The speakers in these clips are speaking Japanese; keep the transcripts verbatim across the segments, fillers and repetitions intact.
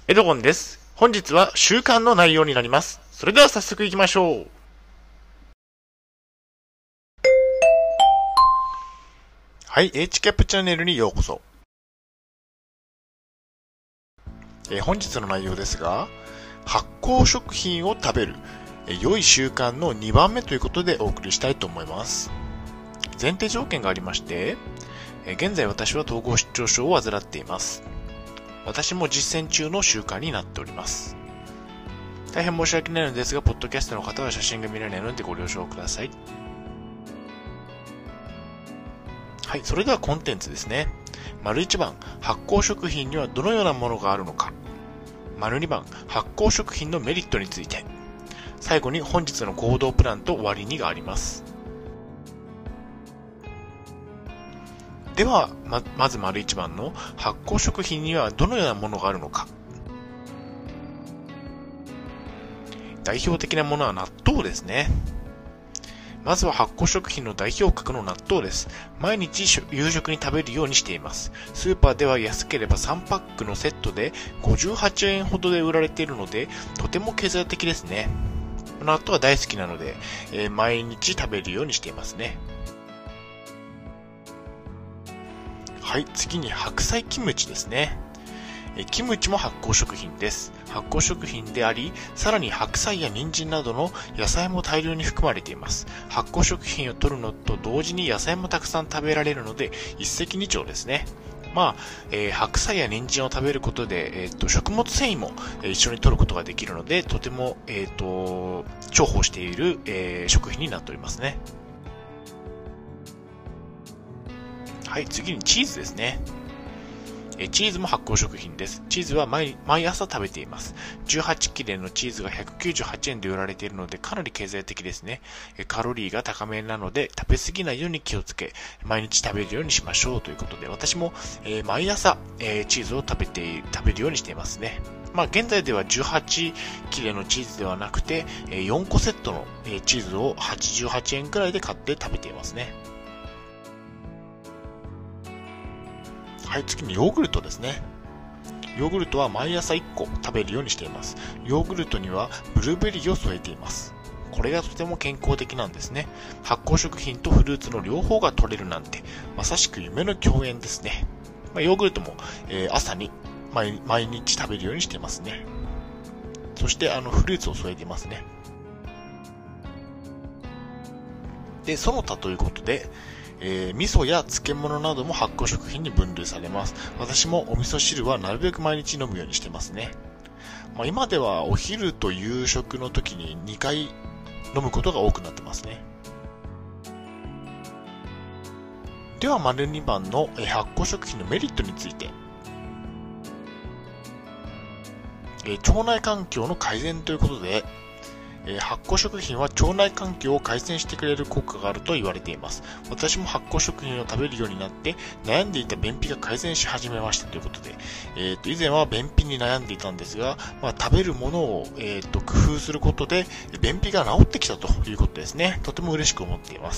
エドゴンです。本日は習慣の内容になります。それでは早速行きましょう。はい、H キャップチャンネルにようこそ。えー、本日の内容ですが、発酵食品を食べる、えー、良い習慣のにばんめということでお送りしたいと思います。前提条件がありまして、えー、現在私は統合失調症を患っています。私も実践中の習慣になっております。大変申し訳ないのですが、ポッドキャストの方は写真が見られないのでご了承ください。はい、それではコンテンツですね。丸いちばん、発酵食品にはどのようなものがあるのか。丸にばん、発酵食品のメリットについて。最後に本日の行動プランと終わりにがあります。では、ま、まず丸いちばんの発酵食品にはどのようなものがあるのか。代表的なものは納豆ですね。まずは発酵食品の代表格の納豆です。毎日夕食に食べるようにしています。スーパーでは安ければさんパックのセットでごじゅうはちえんほどで売られているので、とても経済的ですね。納豆は大好きなので、えー、毎日食べるようにしていますね。はい、次に白菜キムチですね。キムチも発酵食品です。発酵食品であり、さらに白菜や人参などの野菜も大量に含まれています。発酵食品を取るのと同時に野菜もたくさん食べられるので、一石二鳥ですね。まあ、えー、白菜や人参を食べることで、えー、と食物繊維も、えー、一緒に取ることができるので、とても、えー、と重宝している、えー、食品になっておりますね。はい、次にチーズですね。チーズも発酵食品です。チーズは 毎, 毎朝食べています。じゅうはちきれのチーズがひゃくきゅうじゅうはちえんで売られているのでかなり経済的ですね。カロリーが高めなので食べ過ぎないように気をつけ、毎日食べるようにしましょうということで、私も、えー、毎朝、えー、チーズを食べて食べるようにしていますね。まあ現在ではじゅうはちきれのチーズではなくて、よんこセットのチーズをはちじゅうはちえんくらいで買って食べていますね。はい、次にヨーグルトですね。ヨーグルトは毎朝いっこ食べるようにしています。ヨーグルトにはブルーベリーを添えています。これがとても健康的なんですね。発酵食品とフルーツの両方が取れるなんて、まさしく夢の共演ですね。まあ、ヨーグルトも、えー、朝に 毎, 毎日食べるようにしていますね。そしてあのフルーツを添えていますね。で、その他ということで、えー、味噌や漬物なども発酵食品に分類されます。私もお味噌汁はなるべく毎日飲むようにしてますね。まあ、今ではお昼と夕食の時ににかい飲むことが多くなってますね。では丸にばんの発酵食品のメリットについて。えー、腸内環境の改善ということで、発酵食品は腸内環境を改善してくれる効果があると言われています。私も発酵食品を食べるようになって悩んでいた便秘が改善し始めましたということで、えー、と以前は便秘に悩んでいたんですが、まあ、食べるものを、えー、と工夫することで便秘が治ってきたということですね。とても嬉しく思っています。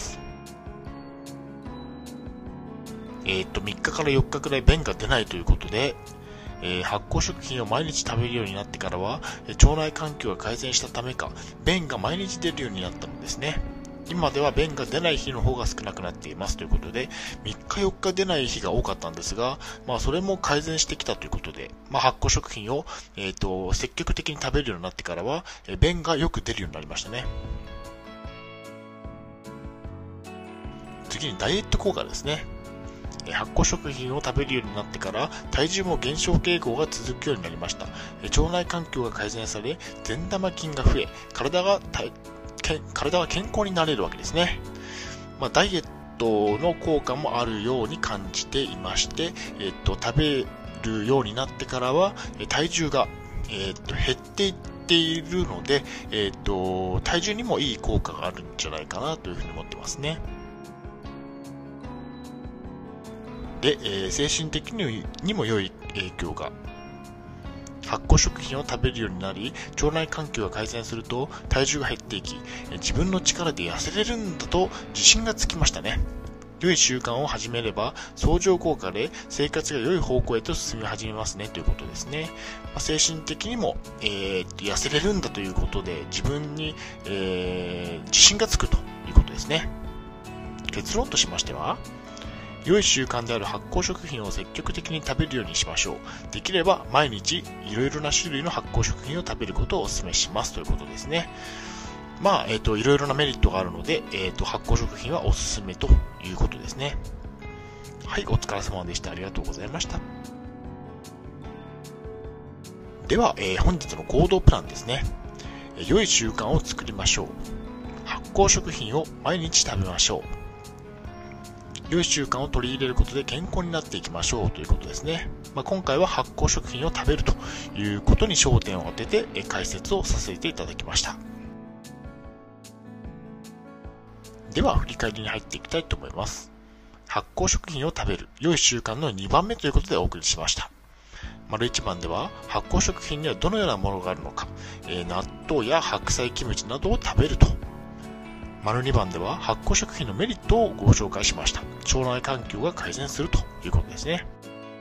えー、とみっかからよっかくらい便が出ないということで、えー、発酵食品を毎日食べるようになってからは、腸内環境が改善したためか、便が毎日出るようになったのですね。今では便が出ない日の方が少なくなっていますということで、みっかよっか出ない日が多かったんですが、まあそれも改善してきたということで、まあ発酵食品を、えーと、積極的に食べるようになってからは、えー、便がよく出るようになりましたね。次にダイエット効果ですね。発酵食品を食べるようになってから体重も減少傾向が続くようになりました。腸内環境が改善され、善玉菌が増え、体が体が健康になれるわけですね。まあ、ダイエットの効果もあるように感じていまして、えっと、食べるようになってからは体重が、えっと、減っていっているので、えっと、体重にもいい効果があるんじゃないかなというふうに思ってますね。で、えー、精神的にも良い影響が。発酵食品を食べるようになり、腸内環境が改善すると体重が減っていき、自分の力で痩せれるんだと自信がつきましたね。 良い習慣を始めれば相乗効果で生活が良い方向へと進み始めますねということですね。まあ、精神的にも、えー、痩せれるんだということで自分に、えー、自信がつくということですね。結論としましては、良い習慣である発酵食品を積極的に食べるようにしましょう。できれば毎日いろいろな種類の発酵食品を食べることをお勧めしますということですね。まあ、えっと、いろいろなメリットがあるので、えっと、発酵食品はおすすめということですね。はい、お疲れ様でした。ありがとうございました。では、えー、本日の行動プランですね。良い習慣を作りましょう。発酵食品を毎日食べましょう。良い習慣を取り入れることで健康になっていきましょうということですね。まあ、今回は発酵食品を食べるということに焦点を当てて解説をさせていただきました。では振り返りに入っていきたいと思います。発酵食品を食べる良い習慣のにばんめということでお送りしました。丸いちばんでは発酵食品にはどのようなものがあるのか、えー、納豆や白菜キムチなどを食べると。丸にばんでは発酵食品のメリットをご紹介しました。腸内環境が改善するということですね。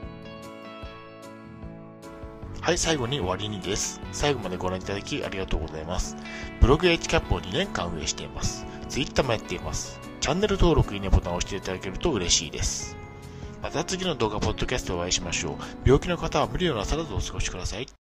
はい、最後に終わりにです。最後までご覧いただきありがとうございます。ブログ H キャップをにねんかん運営しています。Twitter もやっています。チャンネル登録、いいねボタンを押していただけると嬉しいです。また次の動画、ポッドキャストでお会いしましょう。病気の方は無理をなさらずお過ごしください。